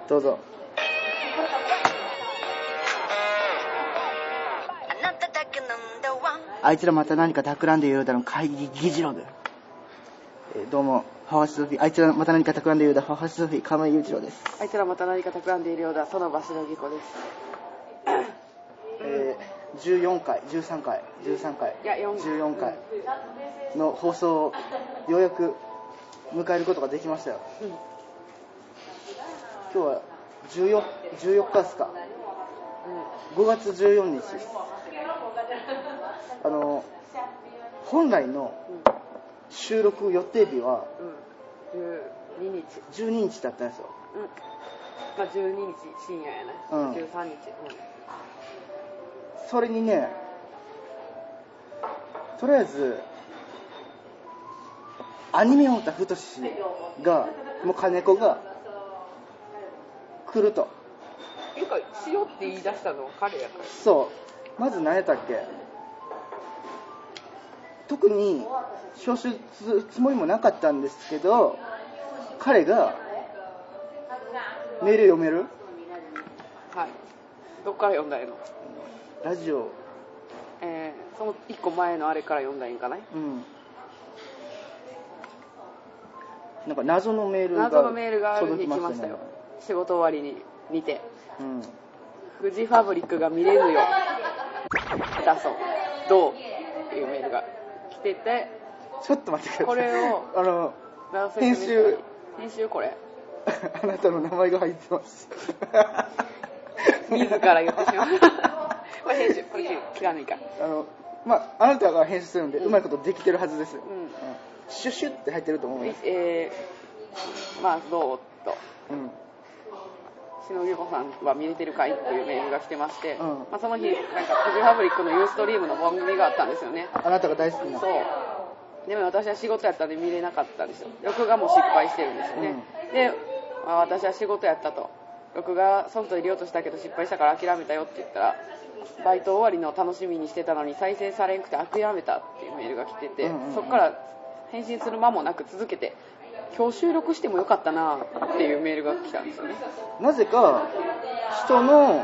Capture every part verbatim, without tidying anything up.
どうぞ。あいつらまた何か企んでいるようだの会議議事録。えー、どうもファワシソフィー、あいつらまた何か企んでいるようだファワシソフィー釜井雄一郎です。 あいつらまた何か企んでいるようだその場所のぎこです。 えー、じゅうよんかいじゅうさんかいじゅうさんかいいやじゅうよんかいの放送をようやく迎えることができましたよ、うん、今日はじゅうよっかですか、うん、ごがつじゅうよっかです。あの本来の収録予定日は、 うん、じゅうににちじゅうににちだったんですよ、 うん、まあ、じゅうににち深夜やね、うん、じゅうさんにち、うん、 それにね、とりあえずアニメ太田太がもう金子が来るというかしようって言い出したのは彼やから。 そう、まず何やったっけ、特に招集するつもりもなかったんですけど、彼がメール読める？ はい。どっから読んだらいいの？ ラジオ。 えー、そのいっこまえのあれから読んだらいいんかな？ うん。なんか謎のメールが謎のメールが届きましたよ。仕事終わりに見て。うん。フジファブリックが見れるよ。だそう。どう？っていうメールが来てて。 ちょっと待ってください。 これをあの編集編集これ。 あなたの名前が入ってます。 自ら言ってしまう。これ編集これ切らないから。 あのまああなたが編集するんで、うん、うまいことできてるはずですよ。うんうん、シュシュって入ってると思います。 えー、まあどうと。うん。篠木子さんは見れてるかいっていうメールが来てまして、うん、まあ、その日なんかフジファブリックのユーストリームの番組があったんですよね。 あなたが大好きな。 そう。でも私は仕事やったんで見れなかったんですよ。録画も失敗してるんですよね。うん、で、まあ、私は仕事やったと。録画ソフト入れようとしたけど失敗したから諦めたよって言ったら、バイト終わりの楽しみにしてたのに再生されんくて諦めたっていうメールが来てて、うんうんうん、そこから返信する間もなく続けて、今日収録してもよかったなっていうメールが来たんですよね。 なぜか人の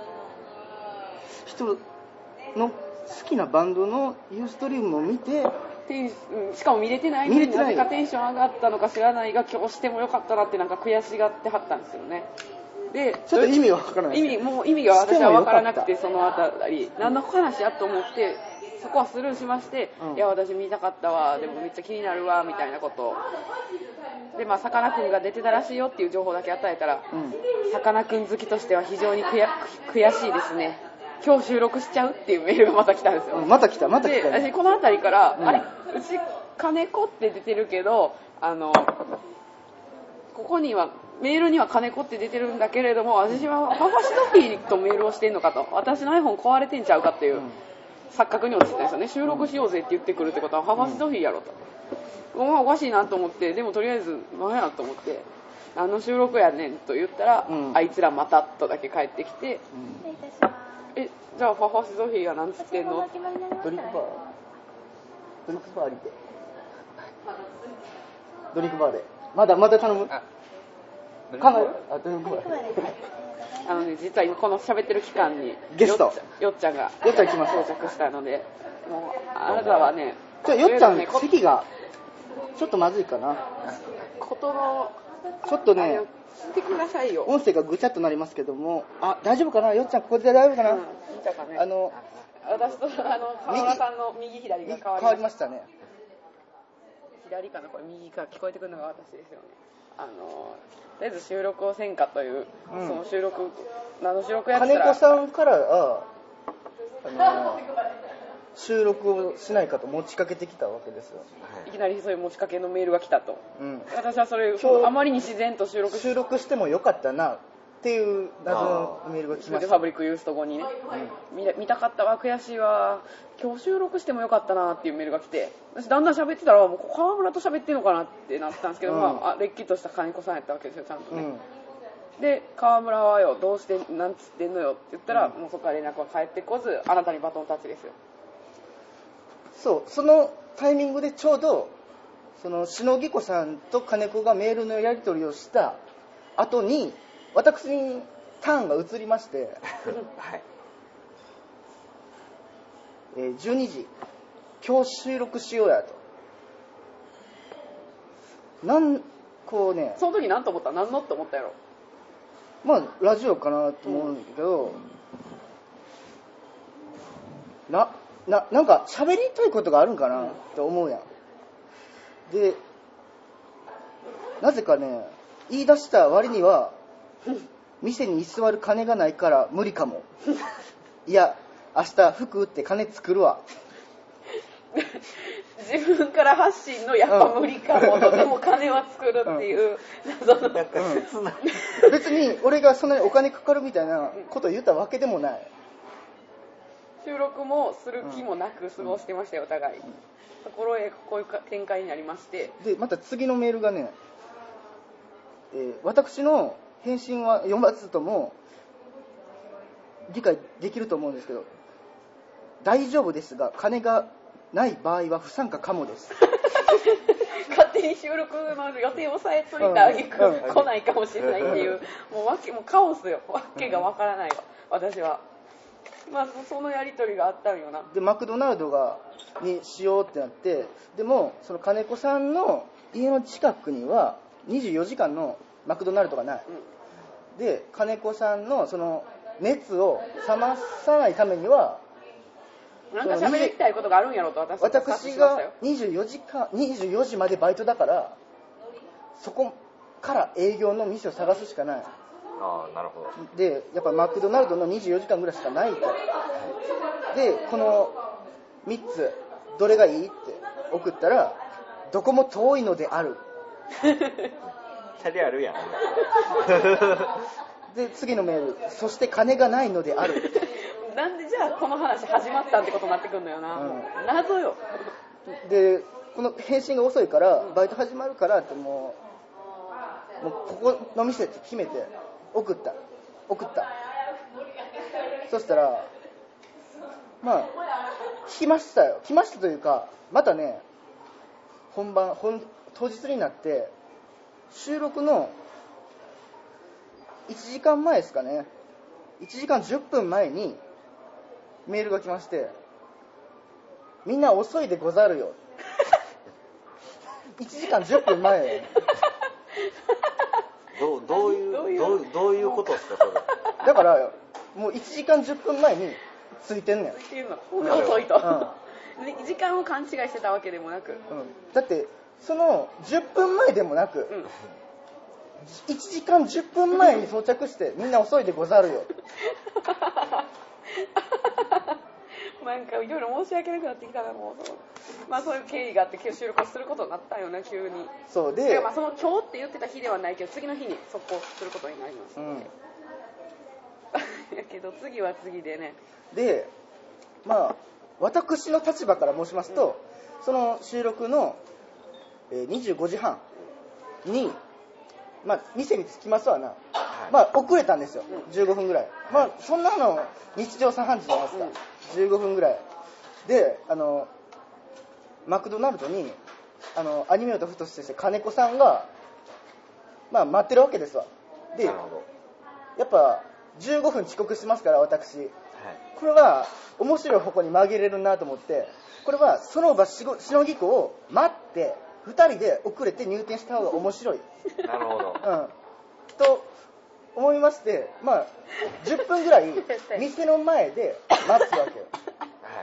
人の好きなバンドのユーストリームを見て、 しかも見れてないのになぜかテンション上がったのか知らないが今日してもよかったなってなんか悔しがってはったんですよね。でちょっと意味が分からない。 意味もう意味が私は分からなくて、そのあたり何の話やと思ってそこはスルーしまして、うん、いや私見たかったわ、でもめっちゃ気になるわみたいなことで、まあさかなクンが出てたらしいよっていう情報だけ与えたら、さかなクン好きとしては非常に悔しいですね、今日収録しちゃうっていうメールがまた来たんですよ。 また来たまた来た。 で私このあたりから、うん、あれうち金子って出てるけど、あのここにはメールには金子って出てるんだけれども、私はファファシドフィーとメールをしてんのかと、私の iPhone 壊れてんちゃうかっていう錯覚に落ちてたんですよね。収録しようぜって言ってくるってことはファファシドフィーやろと、うん、おかしいなと思って、でもとりあえず何やと思って何の収録やねんと言ったら、うん、あいつらまたとだけ帰ってきて、うん、えじゃあファファシドフィーが何つってんの？ ドリンクバードリンクバーありてドリンクバーでまだまだ頼む。あ考える？あドリンクバーあのね、実は今この喋ってる期間にゲストよっちゃんがよっちゃん来ま到着したので、もうあなたはね、 じゃあよっちゃん、ね、席がちょっとまずいかな。 ことのちょっとね聞いてくださいよ。 音声がぐちゃっとなりますけども、あ大丈夫かな、よっちゃんここで大丈夫かな。うん、 見たかね。 あの私とあの川村さんの右左が変わりました。 変わりましたね。 左かな、これ右か聞こえてくるのが私ですよね。あのとりあえず収録をせんかという、うん、その収録何の収録やったら金子さんからああの収録をしないかと持ちかけてきたわけですよ。 いきなりそういう持ちかけのメールが来たと、うん、私はそれあまりに自然と収録収録してもよかったなっていう謎のメールが来ました。 ファブリックユースト後にね、うん、見, 見たかったわ、悔しいわ、今日収録してもよかったなっていうメールが来て、私だんだん喋ってたらもう川村と喋ってんのかなってなったんですけど、うん、まあれっきとした金子さんやったわけですよちゃんとね、うん、で川村はよどうしてなんつってんのよって言ったら、うん、もうそこから連絡は返ってこず、あなたにバトンタッチですよ。 そうそのタイミングでちょうどその篠木子さんと金子がメールのやり取りをした後に私にターンが移りまして、はい、えー、じゅうにじ今日収録しようやと。なんこうね、 その時何と思った？何のって思ったやろ。 まあラジオかなと思うんだけど、うん、なななんか喋りたいことがあるんかなって思うやん。でなぜかね、言い出した割には店に居座る金がないから無理かも。いや明日服売って金作るわ。 自分から発信のやっぱ無理かもと、うん、でも金は作るっていう謎の、うん、 別に俺がそんなにお金かかるみたいなことを言ったわけでもない。 収録もする気もなく過ごしてましたよ、お互い。ところへこういう展開になりまして、 でまた次のメールがね、えー、私の返信は読まずとも理解できると思うんですけど、大丈夫ですが金がない場合は不参加かもです。 勝手に収録の予定をさえといたあげく、うん、来ないかもしれないっていう、もうわけもうカオスよ。わけがわからないわ、私は。まあそのやり取りがあったんよな。 でマクドナルドがにしようってなって、でもその金子さんの家の近くにはにじゅうよじかんのマクドナルドがない。うん、で金子さんのその熱を冷まさないためには。 なんか喋りたいことがあるんやろと私私がにじゅうよじかんにじゅうよじまでバイトだから、そこから営業の店を探すしかない。 ああ、なるほど。 でやっぱマクドナルドのにじゅうよじかんぐらいしかないと。でこのみっつどれがいいって送ったら、どこも遠いのである。 チャリあるやん。 で次のメール、そして金がないのである。 なんでじゃあこの話始まったってことになってくるのよな、うん、謎よ。 でこの返信が遅いからバイト始まるからってもう、もうここの店って決めて送った送ったそしたらまあ来ましたよ来ましたというか、またね本番本当日になって収録のいちじかんまえですかね、いちじかんじゅっぷんまえにメールが来まして、みんな遅いでござるよ。いちじかんじゅっぷんまえ。 どう、どういうどういうどう、どういうことですかそれ。 だからもういちじかんじゅっぷんまえについてんねん。 ついてんの。遅いと、うん、時間を勘違いしてたわけでもなく、うん、 だってそのじゅっぷんまえでもなく、うん、いちじかんじゅっぷんまえに到着してみんな遅いでござるよ。 なんかいろいろ申し訳なくなってきたな、もう。そう、まあそういう経緯があって収録をすることになったよね、急に。 そうで、 まあその今日って言ってた日ではないけど、次の日に速攻することになります、うん、やけど次は次でね。 でまあ私の立場から申しますと、うん、その収録のにじゅうごじはんにまあ店に着きますわな、まあ遅れたんですよ、うん、じゅうごふんぐらい。まあそんなの日常茶飯事じゃないですか、うん、じゅうごふんぐらいで、あのマクドナルドにあのアニメートふとして金子さんがまあ待ってるわけですわ。でやっぱじゅうごふん遅刻してますから、私、はい、これは面白い方向に紛れるなと思って、これはその場しのぎ子を待ってふたりで遅れて入店した方が面白い。 なるほど、 うん、と思いまして、まあじゅっぷんぐらい店の前で待つわけよ。はい、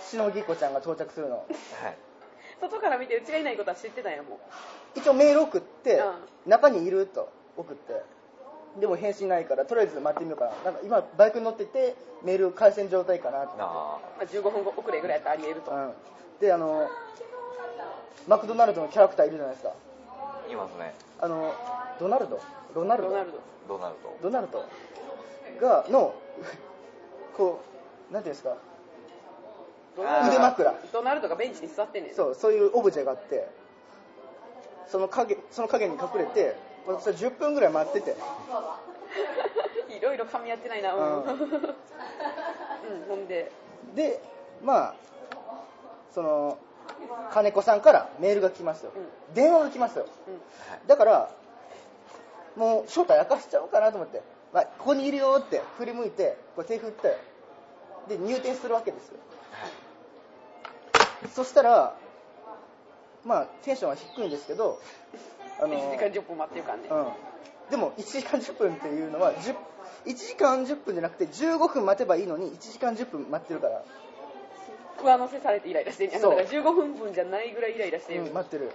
しのぎ子ちゃんが到着するの。はい、 外から見てうちがいないことは知ってたんやもう。一応メール送って、うん、中にいると送って、でも返信ないからとりあえず待ってみようかな。なんか今バイクに乗っててメール回線状態かなと。 あ、まあ、じゅうごふん遅れぐらいやったらありえると。うん、 であのマクドナルドのキャラクターいるじゃないですか。 いますね。 あのドナルドロナルドドナルドドナルドがのこうなんていうんですか、腕枕。 ドナルドがベンチに座ってんねん。 そう、そういうオブジェがあって、その影その影に隠れて私はじゅっぷんぐらい待ってて。 いろいろ噛み合ってないな。うん、うん、ほんででまあその金子さんからメールが来ますよ、うん、電話が来ますよ、うん、だからもう正体明かしちゃおうかなと思って、まあ、ここにいるよって振り向いてこう手振ってで入店するわけですよ。そしたらまあテンションは低いんですけど、あのいちじかんじゅっぷん待ってるからね、 うん、でもいちじかんじゅっぷんっていうのはじゅういちじかんじゅっぷんじゃなくてじゅうごふん待てばいいのにいちじかんじゅっぷん待ってるから、 上乗せされてイライラしてる。だからじゅうごふんぶんじゃないぐらいイライラしてる、 うん、待ってる。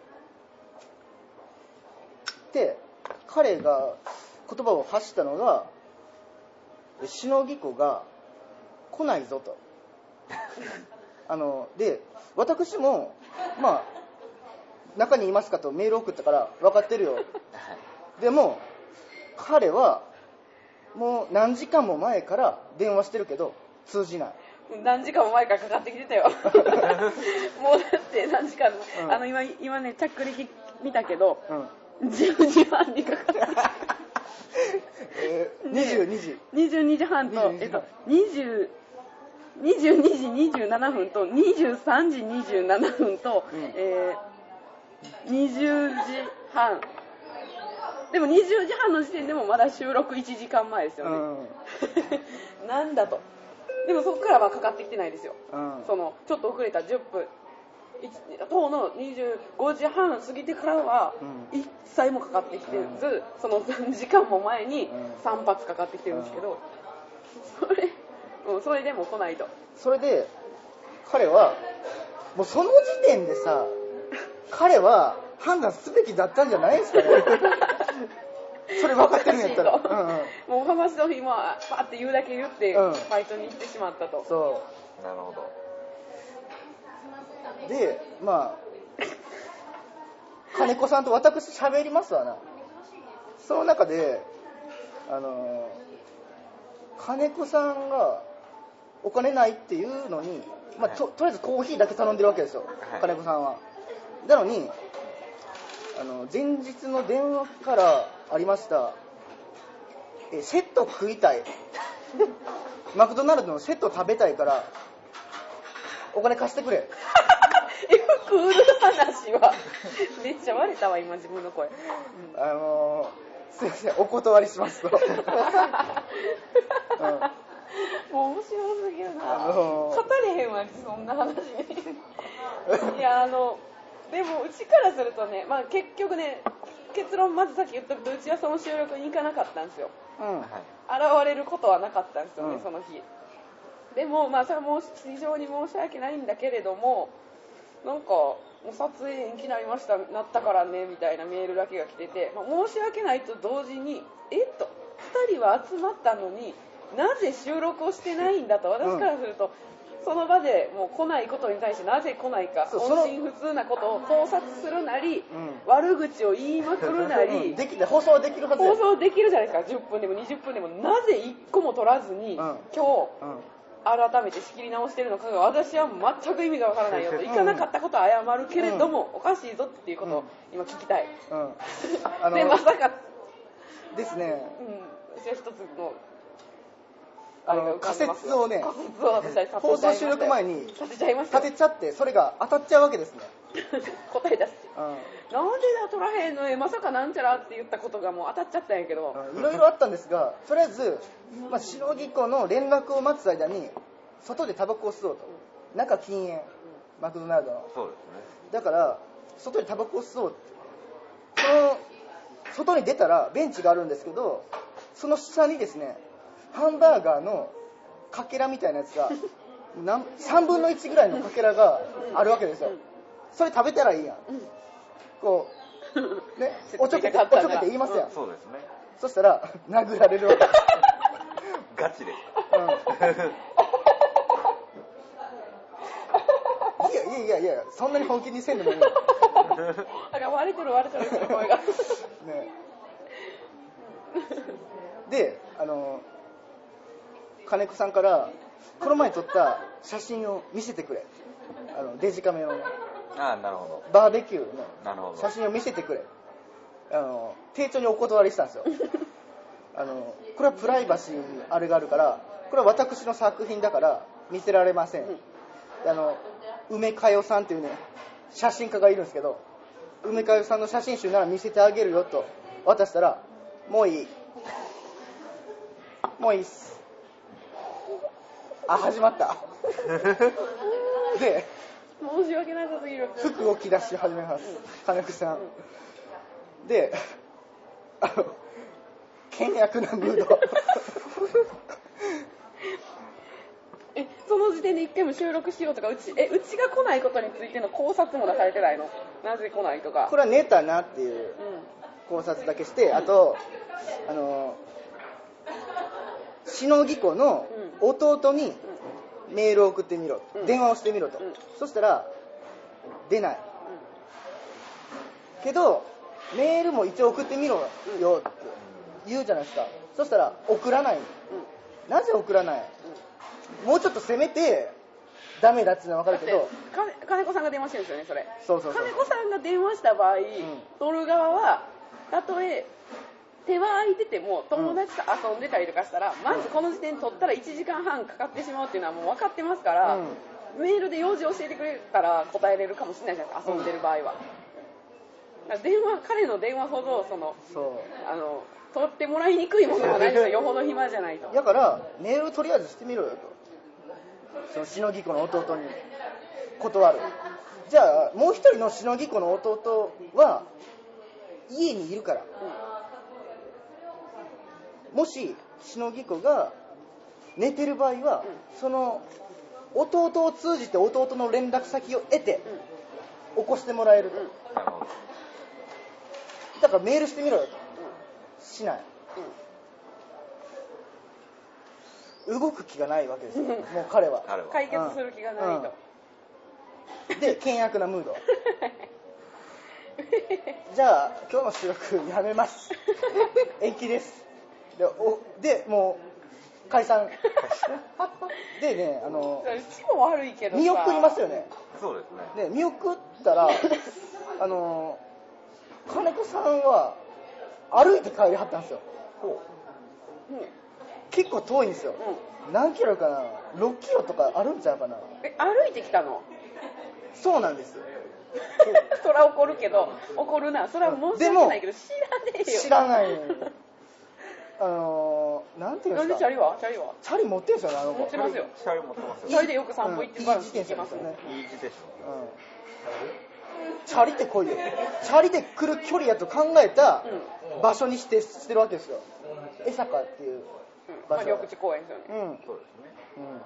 で彼が言葉を発したのが、しのぎ子が来ないぞとあので私もまあ中にいますかとメール送ったから分かってるよでも彼はもう何時間も前から電話してるけど通じない。 何時間も前からかかってきてたよもうだって何時間も、うん、あの 今, 今ね着歴見たけど、うん、じゅうじはんにかかってえー、にじゅうにじにじゅうにじはんとえっと20にじゅうにじにじゅうななふんとにじゅうさんじにじゅうななふんと、うんえー、にじゅうじはんでもにじゅうじはんの時点でもまだ収録いちじかんまえですよね、うん、なんだと。でもそこからはかかってきてないですよ、うん、そのちょっと遅れたじゅっぷん当のにじゅうごじはん過ぎてからは一切もかかってきてず、うん、そのさんじかんも前にさんぱつかかってきてるんですけど、それ、うん、それでも来ないと。 それで彼はもうその時点でさ彼は判断すべきだったんじゃないですかねそれ分かってるんやったら、うんうん、 もう話の日もパって言うだけ言って、うん、バイトに行ってしまったと。 そうなるほど。 でまあ金子さんと私喋りますわな。その中であの金子さんがお金ないっていうのに、まあ、と, とりあえずコーヒーだけ頼んでるわけですよ、はい、金子さんは。なのにあの前日の電話からありましたえセット食いたいマクドナルドのセット食べたいからお金貸してくれよく売る話はめっちゃ割れたわ今自分の声、うん、 あのー、すいませんお断りしますと、うん、もう面白すぎるな、あのー、語れへんわそんな話いやあのでもうちからするとね、まあ、結局ね結論まずさっき言ったとうちはその収録に行かなかったんですよ、うん、現れることはなかったんですよね、うん、その日でもまあそれはもう非常に申し訳ないんだけれどもなんかもう撮影延期になりましたなったからねみたいなメールだけが来てて、まあ、申し訳ないと同時にえっとふたりは集まったのになぜ収録をしてないんだと私からすると、うんその場でもう来ないことに対してなぜ来ないか音信不通なことを考察するなり、うん、悪口を言いまくるなり、 うん、できて放送できるはず放送できるじゃないですかじゅっぷんでもにじゅっぷんでもなぜいっこも取らずに、うん、今日、うん、改めて仕切り直してるのかが私は全く意味がわからないよと行かなかったことは謝るけれども、うん、おかしいぞっていうことを今聞きたい、うん、あのでまさかですね、 うん、一つのあの仮説をね放送収録前に立てちゃってそれが当たっちゃうわけですね答え出す、うん、なんでだ取らへんのえまさかなんちゃらって言ったことがもう当たっちゃったんやけどいろいろあったんですがとりあえず、まあ、しのぎ子の連絡を待つ間に外でタバコを吸おうと、うん、中禁煙、うん、マクドナルドのそうですねだから外でタバコを吸おうってその外に出たらベンチがあるんですけどその下にですねハンバーガーのかけらみたいなやつがさんぶんのいちぐらいのかけらがあるわけですよ。それ食べたらいいやんこうねおちょけておちょけて言いますやん、うん、 そうですねそしたら殴られるわけガチで、 うん、いやいやいやいやそんなに本気にせんでもいいだから割れてる割れてる声がねであの金子さんからこの前撮った写真を見せてくれあのデジカメ用のあなるほどバーベキューの写真を見せてくれあの丁重にお断りしたんですよあのこれはプライバシーあれがあるからこれは私の作品だから見せられません、うん、あの梅かよさんっていうね写真家がいるんですけど梅かよさんの写真集なら見せてあげるよと渡したらもういいもういいっすあ始まったで申し訳なさすぎる。 服を着出し始めます、金子さん、うん、であの険悪なムードえその時点で一回も収録しようとかうちえうちが来ないことについての考察も出されてないの？なぜ来ないとか。 これは寝たなっていう考察だけして、うん、あとあのしのぎ子の弟にメールを送ってみろ、うん、電話をしてみろと、うん、そしたら出ない、うん、けどメールも一応送ってみろよって言うじゃないですか。そしたら送らない、うん、なぜ送らない、うん、もうちょっと攻めてダメだっていうのは分かるけど、 金子さんが電話してるんですよねそれ。 そうそうそう、 金子さんが電話した場合、うん、取る側はたとえ手は空いてても友達と遊んでたりとかしたら、うん、まずこの時点で取ったらいちじかんはんかかってしまうっていうのはもう分かってますから、うん、メールで用事教えてくれたら答えれるかもしれないじゃないですか、遊んでる場合は、うん、電話彼の電話ほどそのそうあの取ってもらいにくいものはないですよよほど暇じゃないと。 だからメールとりあえずしてみろよと、そのしのぎ子の弟に断る。じゃあもう一人のしのぎ子の弟は家にいるから、うん、もししのぎ子が寝てる場合は、うん、その弟を通じて弟の連絡先を得て、うん、起こしてもらえると、うん、だからメールしてみろよと、うん、しない、うん、動く気がないわけですよもう彼は解決する気がないと、うんうん、で険悪なムードじゃあ今日の収録やめます延期ですで、おでもう解散でね、あのうちも悪いけどさ見送りますよね。 そうですね。 で見送ったらあの金子さんは歩いて帰りはったんですよ。こう、うん、結構遠いんですよ、うん、何キロかな、ろっキロとかあるんちゃうかな。 え歩いてきたの？ そうなんですそら怒るけど怒るな、それは申し訳ないけど知らねえよ。 知らないあのー、なんていうんですか。 なんでチャリはチャリはチャリ持ってるんですよね、あの子。 持ってますよ。 チャリ持ってますよ。 チャリでよく散歩行ってから自転車ますね。 いい自転車。 うん。チャリってこういうチャリで来る距離やと考えた場所にしてしてるわけですよ。江坂っていう場所。 うん、まあ、緑地公園ですよね。 うん、そうですね。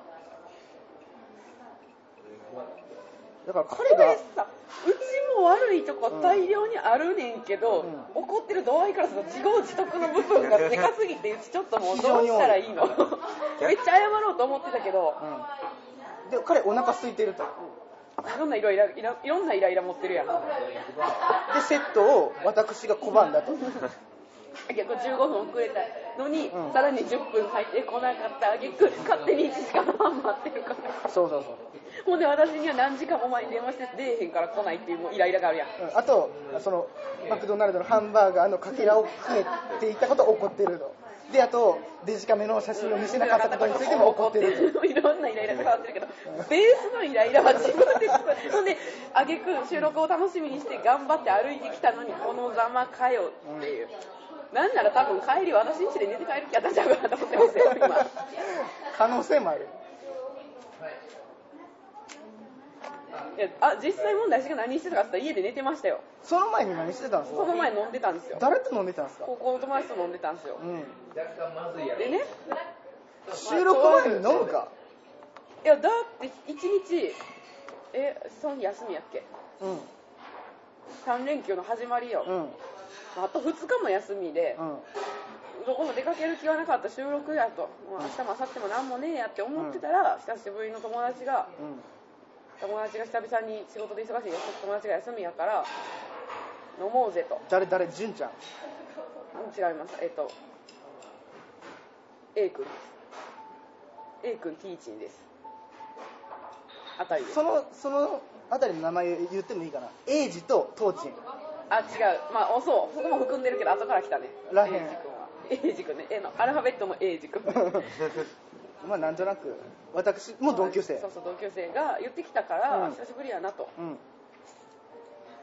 うん。だから彼が。 うちも悪いとこ大量にあるねんけど、うん、怒ってる度合いからすると自業自得の部分がでかすぎてうちちょっともうどうしたらいいのめっちゃ謝ろうと思ってたけど、 うん、で彼お腹空いてると、 うん、いろんなイライラいろいろんなイライラ持ってるやん。でセットを私が拒んだと結構じゅうごふん遅れたのに、うん、さらにじゅっぷん入ってこなかった挙句勝手にいちじかんはん待ってるから。 そうそうそう。 ほんで私には何時間も前に電話して出えへんから来ないっていうもうイライラがあるやん、 うん、あとそのマクドナルドのハンバーガーのかけらを含めていたことを怒ってるので、あとデジカメの写真を見せなかったことについても怒ってるといろんなイライラが変わってるけど、ベースのイライラは自分で作る。ほんで挙句収録を楽しみにして頑張って歩いてきたのにこのざまかよっていう、うん、なんなら多分帰り私ん家で寝て帰る気やったんちゃうかなと思ってますよ今。 可能性もある。 いやあ実際問題私が何してたかって言ったら家で寝てましたよ。 その前に何してたんですか？ その前飲んでたんですよ。 誰と飲んでたんですか？ 高校の友達と飲んでたんですよ、うん、でね収録前に飲むか。 いやだっていちにちえその休みやっけ、うん、さん連休の始まりよ、うん、あとふつかも休みで、うん、どこも出かける気はなかった収録やと、もう明日も明後日も何もねえやって思ってたら、うん、久しぶりの友達が、うん友達が久々に仕事で忙しい友達が休みやから飲もうぜと。 誰誰純ちゃん？ 違います。えっと A 君です。A 君ティーチンです。あたりです。 そのそのあたりの名前言ってもいいかな。エイジとトーチン。 あ違う。まあおそうそこも含んでるけど後から来たね。 らへん。 エイジ君ね。A のアルファベットもエイジ君。 まあなんとなく私も同級生。 そうそう同級生が言ってきたから、うん、久しぶりやなと。 うん、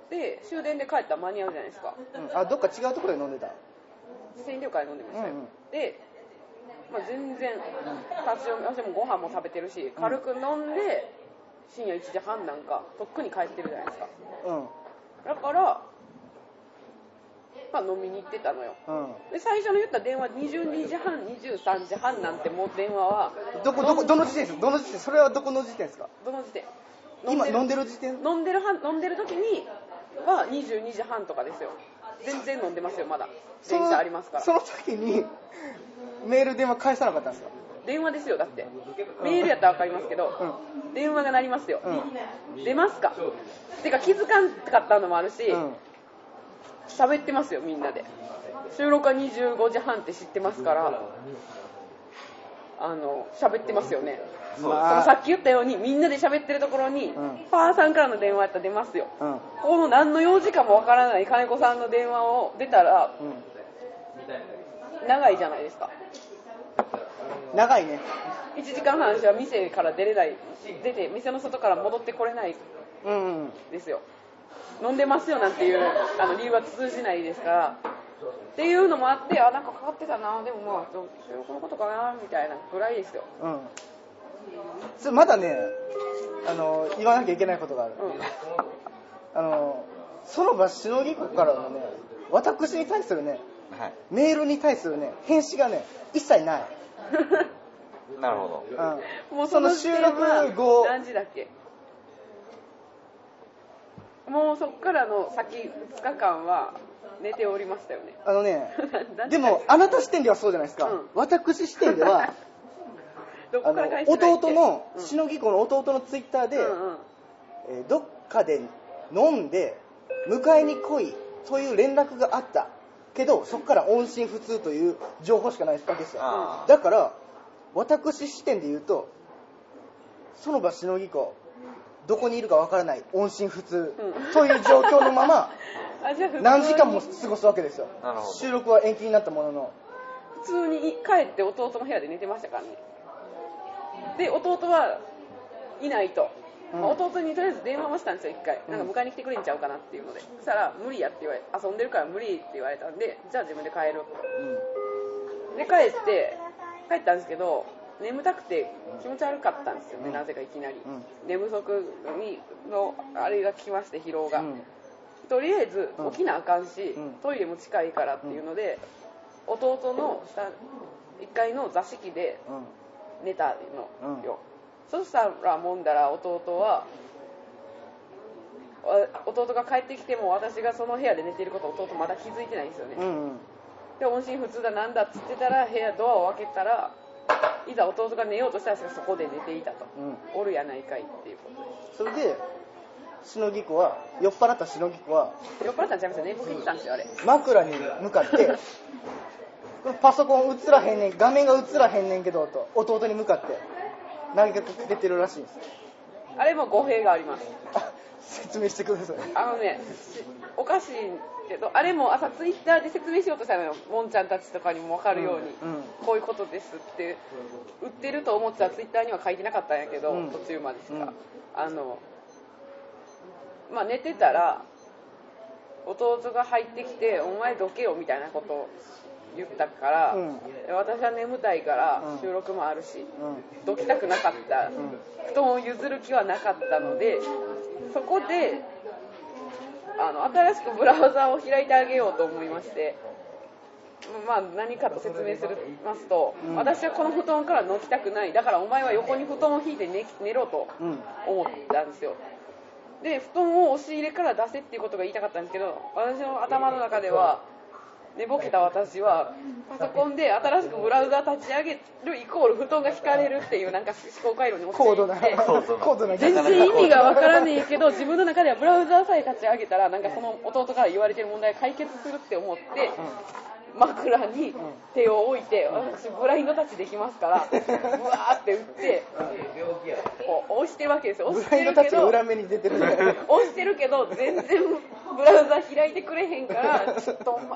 で終電で帰ったら間に合うじゃないですか、 うん、あどっか違うところで飲んでた鮮魚会飲んでましたよ、 うんうん、 で、まあ、全然立ち読み私もご飯も食べてるし軽く飲んで深夜いちじはんなんかとっくに帰ってるじゃないですか、うん、だからまあ、飲みに行ってたのよ、うん、で最初の言った電話にじゅうにじはんにじゅうさんじはんなんてもう電話はどこどこどの時点ですどの時点それはどこの時点ですかどの時点今飲んでる時点飲んでるは飲んでる時にはにじゅうにじはんとかですよ全然飲んでますよまだ電車ありますからその時にメール電話返さなかったんですか電話ですよだってメールやったら分かりますけど、うん、電話が鳴りますよ、うん、出ますかてか気づかんかったのもあるし、うん喋ってますよみんなで収録はにじゅうごじはんって知ってますからあの喋ってますよね、まあ、そのさっき言ったようにみんなで喋ってるところに、うん、パーさんからの電話やったら出ますよ、うん、この何の用事かもわからない金子さんの電話を出たら、うん、長いじゃないですか長いねいちじかんはんは店から出れない出て店の外から戻ってこれないですよ、うん飲んでますよなんていうあの理由は通じないですからっていうのもあってあなんかかかってたなでもまあ収録のことかなみたいなぐらいですよ、うん、 それまだねあの言わなきゃいけないことがある、うん、あのその場しのぎ子からのね私に対するね、はい、メールに対するね返信がね一切ないなるほど、 うん、もうその収録後何時だっけもうそっからの先ふつかかんは寝ておりましたよねあのねでもあなた視点ではそうじゃないですか、うん、私視点ではどこから返してないっけ弟の、うん、しのぎ子の弟のツイッターで、うんうんえー、どっかで飲んで迎えに来いという連絡があったけどそこから音信不通という情報しかないわけですよだから私視点で言うとその場しのぎ子どこにいるかわからない音信不通という状況のまま何時間も過ごすわけですよ収録は延期になったものの普通に帰って弟の部屋で寝てましたからねで弟はいないと、うん、弟にとりあえず電話もしたんですよ一回なんか迎えに来てくれんちゃうかなっていうのでそしたら無理やって言われ遊んでるから無理って言われたんでじゃあ自分で帰る、うん、で帰って帰ったんですけど眠たくて気持ち悪かったんですよね、うん、なぜかいきなり、うん、寝不足にのあれが来まして疲労が、うん、とりあえず起きなあかんし、うん、トイレも近いからっていうので、うん、弟の下いっかいの座敷で寝たのよ、うん、そしたらもんだら弟は弟が帰ってきても私がその部屋で寝ていることを弟まだ気づいてないんですよね、うんうん、で音信不通だなんだっつってたら部屋ドアを開けたらいざ弟が寝ようとしたらそこで寝ていたと、うん、おるやないかいっていうことですそれでしのぎ子は酔っ払ったしのぎ子は酔っ払ったんちゃいますよ寝ぼけてたんですよあれ枕に向かってパソコン映らへんねん画面が映らへんねんけどと弟に向かって投げかけてるらしいんですあれも語弊があります説明してくださいあのねおかしいけどあれも朝ツイッターで説明しようとしたのよもんちゃんたちとかにも分かるように、うんうん、こういうことですって売ってると思ってたツイッターには書いてなかったんやけど、うん、途中までしか、うん、あのまあ寝てたら弟が入ってきてお前どけよみたいなことを言ったから、うん、私は眠たいから収録もあるし、うん、どきたくなかった、うん、布団を譲る気はなかったのでそこであの新しくブラウザを開いてあげようと思いまして、まあ、何かと説明するますと、うん、私はこの布団から起きたくないだからお前は横に布団を引いて 寝, 寝ろと思ったんですよで布団を押し入れから出せっていうことが言いたかったんですけど私の頭の中では寝ぼけた私はパソコンで新しくブラウザ立ち上げるイコール布団が引かれるっていうなんか思考回路に陥って全然意味がわからねえけど自分の中ではブラウザさえ立ち上げたらなんかその弟から言われてる問題が解決するって思って枕に手を置いて私ブラインドタッチできますからブワーって打ってこう押してるわけですよ。 ブラインドタッチが裏目に出てる押してるけど全然ブラウザ開いてくれへんからちょっと待っ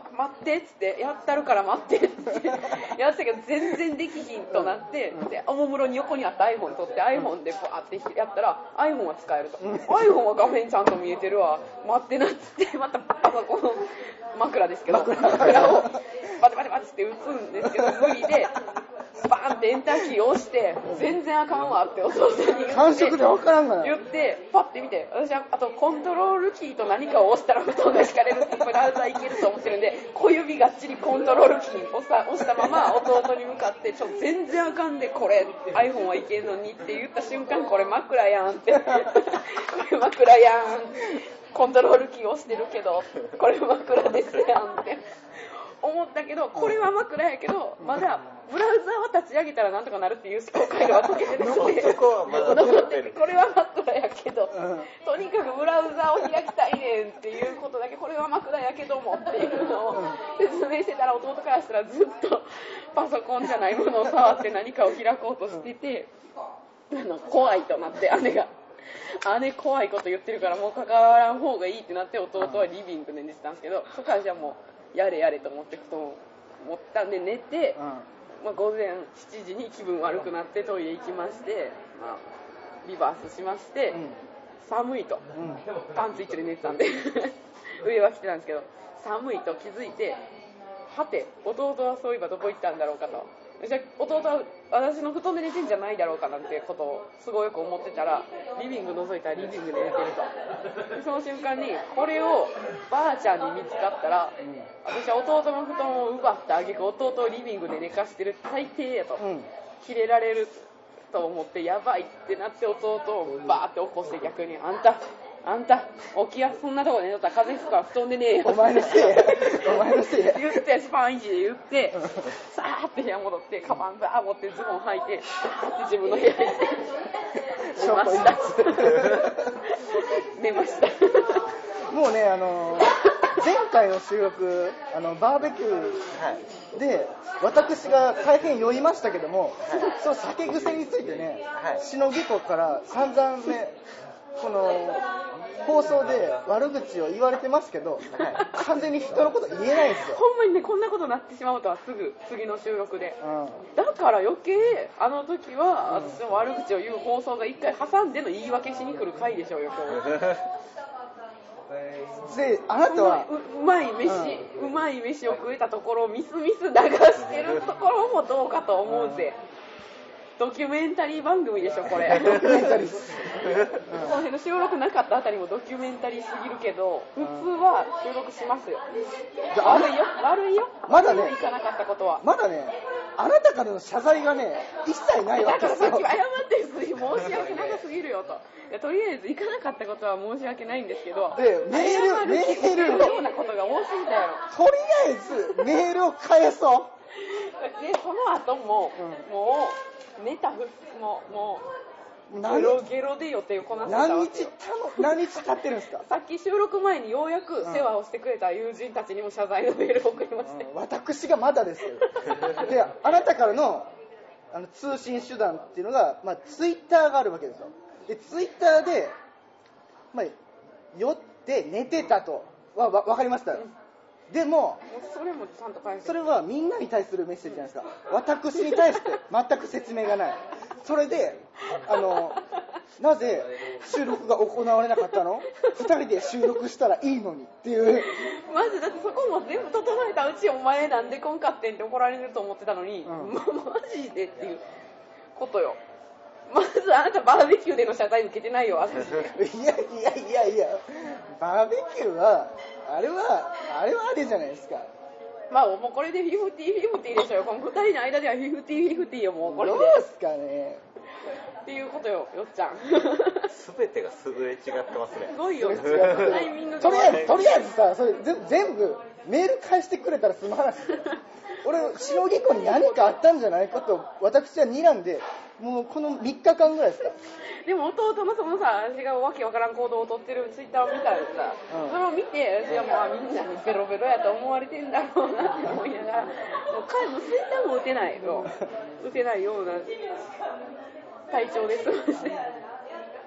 ってっつってやったるから待ってってやったけど全然できひんとなってでおもむろに横にあった iPhone 取って iPhone でバーってやったら iPhone は使えると iPhone は画面ちゃんと見えてるわ待ってなっつってまたパソコン枕ですけど枕をバテバテバテって打つんですけど無理でバーンってエンターキーを押して全然あかんわってお父さんに言って感触で分からんがな言ってパッて見て私はあとコントロールキーと何かを押したら布団が引かれるってブラウザいけると思ってるんで小指がっちりコントロールキーに押した、押したまま弟に向かってちょ全然あかんでこれ iPhone はいけんのにって言った瞬間これ枕やんってこれ枕やんコントロールキー押してるけどこれ枕ですやんって思ったけどこれは枕やけどまだブラウザを立ち上げたらなんとかなるっていう思考回路は解けてるので残っててこれは枕やけどとにかくブラウザを開きたいねんっていうことだけこれは枕やけどもっていうのを説明してたら弟からしたらずっとパソコンじゃないものを触って何かを開こうとしててあの怖いとなって姉が姉怖いこと言ってるからもう関わらん方がいいってなって弟はリビングで寝てたんですけどそこからじゃあもうやれやれと思って布団を持ったんで寝て、まあ、午前しちじに気分悪くなってトイレ行きまして、まあ、リバースしまして、うん、寒いと、うん、パンツ一丁で寝てたんで上は着てたんですけど寒いと気づいてはて弟はそういえばどこ行ったんだろうかとじゃ弟は私の布団で寝てんじゃないだろうかなんてことをすごいよく思ってたらリビング覗いたらリビングで寝てるとその瞬間にこれをばあちゃんに見つかったら、うん、私は弟の布団を奪ってあげく弟をリビングで寝かしてる最低やと、うん、キレられると思ってやばいってなって弟をバーって起こして逆にあんたあんた起きやそんなとこで寝とったら風邪ひくから布団でねえよお前のせいやお前のせいや言ってスパンイチで言ってさーって部屋戻ってカバンバー持ってズボン履いて自分の部屋に行って寝ました寝ましたもうねあの前回の収録あのバーベキューで、はい、私が大変酔いましたけども、はい、その酒癖についてね、はい、しのぎこから散々ねこの放送で悪口を言われてますけど、はい、完全に人のこと言えないんですよほんまにねこんなことになってしまうとはすぐ次の収録で、うん、だから余計あの時は私の悪口を言う放送が一回挟んでの言い訳しに来る回でしょうよ今日であなたはうまい飯、うん、うまい飯を食えたところをミスミス流してるところもどうかと思うぜ、うん、ドキュメンタリー番組でしょこれドキュメンタリーこの辺の収録なかったあたりもドキュメンタリーすぎるけど普通は収録しますよ悪いよ悪いよまだね行かなかったことはまだねあなたからの謝罪がね一切ないわけですよだからさっき謝ってるし申し訳なさすぎるよといやとりあえず行かなかったことは申し訳ないんですけどでメールメールのようなことが多すぎたよとりあえずメールを返そうでその後も、うん、もう寝たふもうもうゲロゲロで予定をこなしてた何日何日経ってるんですかさっき収録前にようやく世話をしてくれた友人たちにも謝罪のメールを送りまして、 うん、私がまだですよであなたからの、あの通信手段っていうのが、まあ、ツイッターがあるわけですよでツイッターで、まあ、酔って寝てたとはわ分かりました、うん、でもそれもちゃんと返すそれはみんなに対するメッセージじゃないですか私に対して全く説明がないそれであのなぜ収録が行われなかったのふたりで収録したらいいのにっていうまずだってそこも全部整えたうちお前なんでこんかってんって怒られると思ってたのに、うん、ま、マジでっていうことよまずあなたバーベキューでの謝罪受けてないよ私いやいやいやいやバーベキューはあれはあれはあれじゃないですかまあもうこれでフィフティフィフティでしょよこのふたりの間ではフィフティフィフティよもうこれでどうすかねっていうことよよっちゃん全てが優れ違ってますねすごいよタイミングがとりあえずとりあえずさそれ全部メール返してくれたら済む話俺しのぎこに何かあったんじゃないかと私は睨んでもうこのみっかかんぐらいですかでも弟のそのさ私がわけわからん行動をとってるツイッターを見たらさ、うん、それを見て私はまあみんなにベロベロやと思われてんだろうなって思いながらもう彼もツイッターも打てないよ打てないような体調です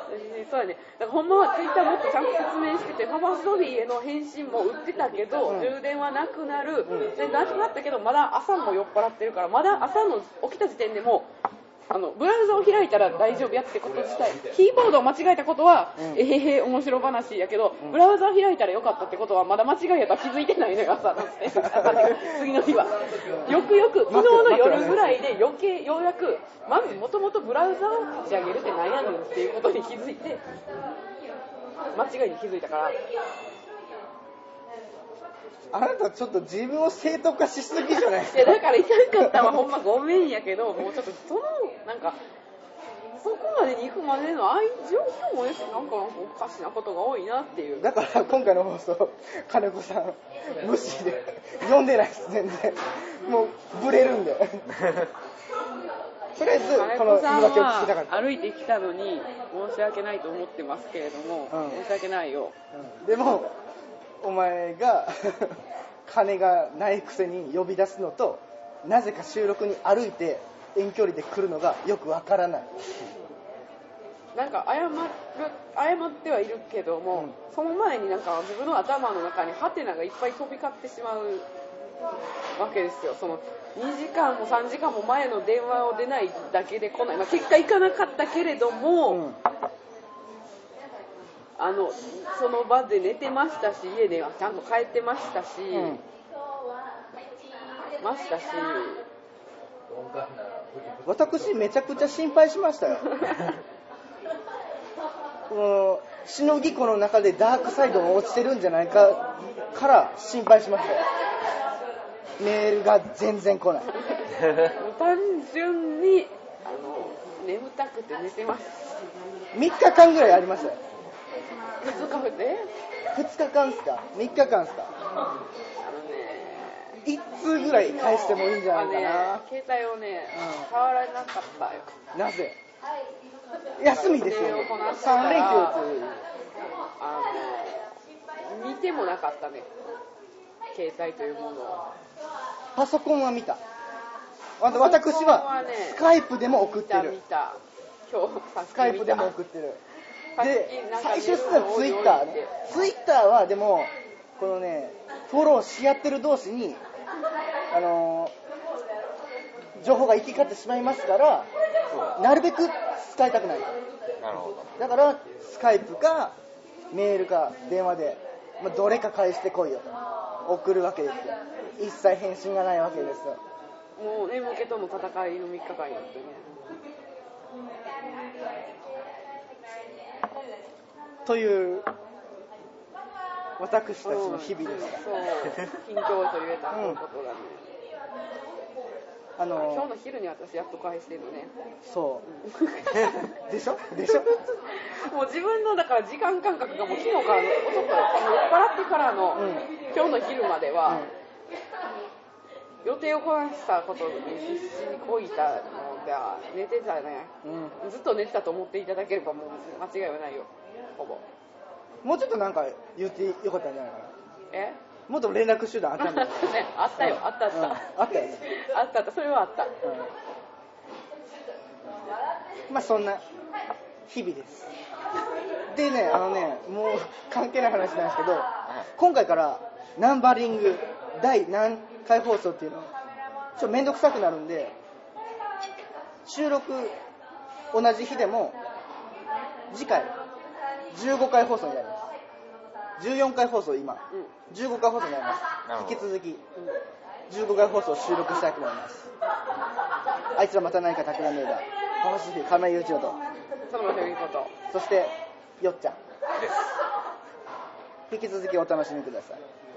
そうやね。だからほんまはツイッターもっとちゃんと説明してて、パパソフィーへの返信も打ってたけど、うん、充電はなくなる、うん、でなくなったけどまだ朝も酔っ払ってるから、まだ朝の起きた時点でもあのブラウザを開いたら大丈夫やってこと自体、キーボードを間違えたことは、うん、えへへ面白話やけど、うん、ブラウザを開いたらよかったってことはまだ間違いやとは気づいてないのよ。朝の次の日はよくよく昨日の夜ぐらいで余計ようやくまずもともとブラウザを立ち上げるって何やねんっていうことに気づいて、間違いに気づいたから。 あなたちょっと自分を正当化しすぎじゃないですか。 いやだからいかんかったわほんまごめんやけど、もうちょっとそのなんかそこまでに行くまでの愛情報もね、なんかおかしなことが多いなっていう。 だから今回の放送金子さん無視で読んでないです全然。もうブレるんでとりあえずこの言い訳を聞きたかった。 歩いてきたのに申し訳ないと思ってますけれども、うん、申し訳ないよ、 うん、でもお前が金がないくせに呼び出すのと、なぜか収録に歩いて遠距離で来るのがよくわからない。 なんか謝る謝ってはいるけども、うん、その前になんか自分の頭の中にハテナがいっぱい飛び交ってしまうわけですよ。そのにじかんもさんじかんも前の電話を出ないだけで来ない、まあ、結果行かなかったけれども、うん、あのその場で寝てましたし、家ではちゃんと帰ってましたし、うん、ましたし、 私めちゃくちゃ心配しましたよこのしのぎ湖の中でダークサイドが落ちてるんじゃないかから心配しましたよ。メールが全然来ない単純にあの眠たくて寝てます。 みっかかんぐらいありましたよ。 ふつかでふつかかんっすかみっかかんっすか。あのねいっつうぐらい返してもいいんじゃないかな、 ね、携帯をね、うん、触らなかったよ。 なぜ？休みですよね。さん連休という。 あの見てもなかったね、携帯というものを。 パソコンは見た。私はスカイプでも送ってる。 見た見た。今日スカイプでも送ってる。で最初したらツイッターね。ツイッターはでもこのねフォローし合ってる同士にあのー、情報が行き交ってしまいますから、なるべく使いたくない。 なるほど。 だからスカイプかメールか電話で、まあ、どれか返してこいよと送るわけですよ。一切返信がないわけですよ。 もう眠気との戦いのみっかかんやってね。 という私たちの日々でした。 そう近況と言えたことだね、 うん、あのー、 今日の昼に私やっと返してるのね。 そうでしょでしょもう自分のだから時間感覚がもう昨日からのおととい酔っ払ってからの、うん、今日の昼までは、うん、予定をこなしたことに必死にこいたのが寝てたね、うん、ずっと寝てたと思っていただければもう間違いはないよ。ほぼもうちょっとなんか言ってよかったんじゃないかな。 えもっと連絡手段あったんだよ、ね、 あったよ、あったあった、うん、 あったよねあったあった、それはあった、うん、 まあそんな日々です。でね、あのね、もう関係ない話なんですけど、今回からナンバリング第何回放送っていうのちょっとめんどくさくなるんで、収録同じ日でも次回じゅうごかい放送になります。じゅうよんかい放送今、うん、じゅうごかい放送になります。引き続き、うん、じゅうごかい放送を収録したいと思います。あいつらまた何か企んでいれば、パパシフィ亀井雄一郎と、 そのままいうこと、 そしてよっちゃんです。 引き続きお楽しみください。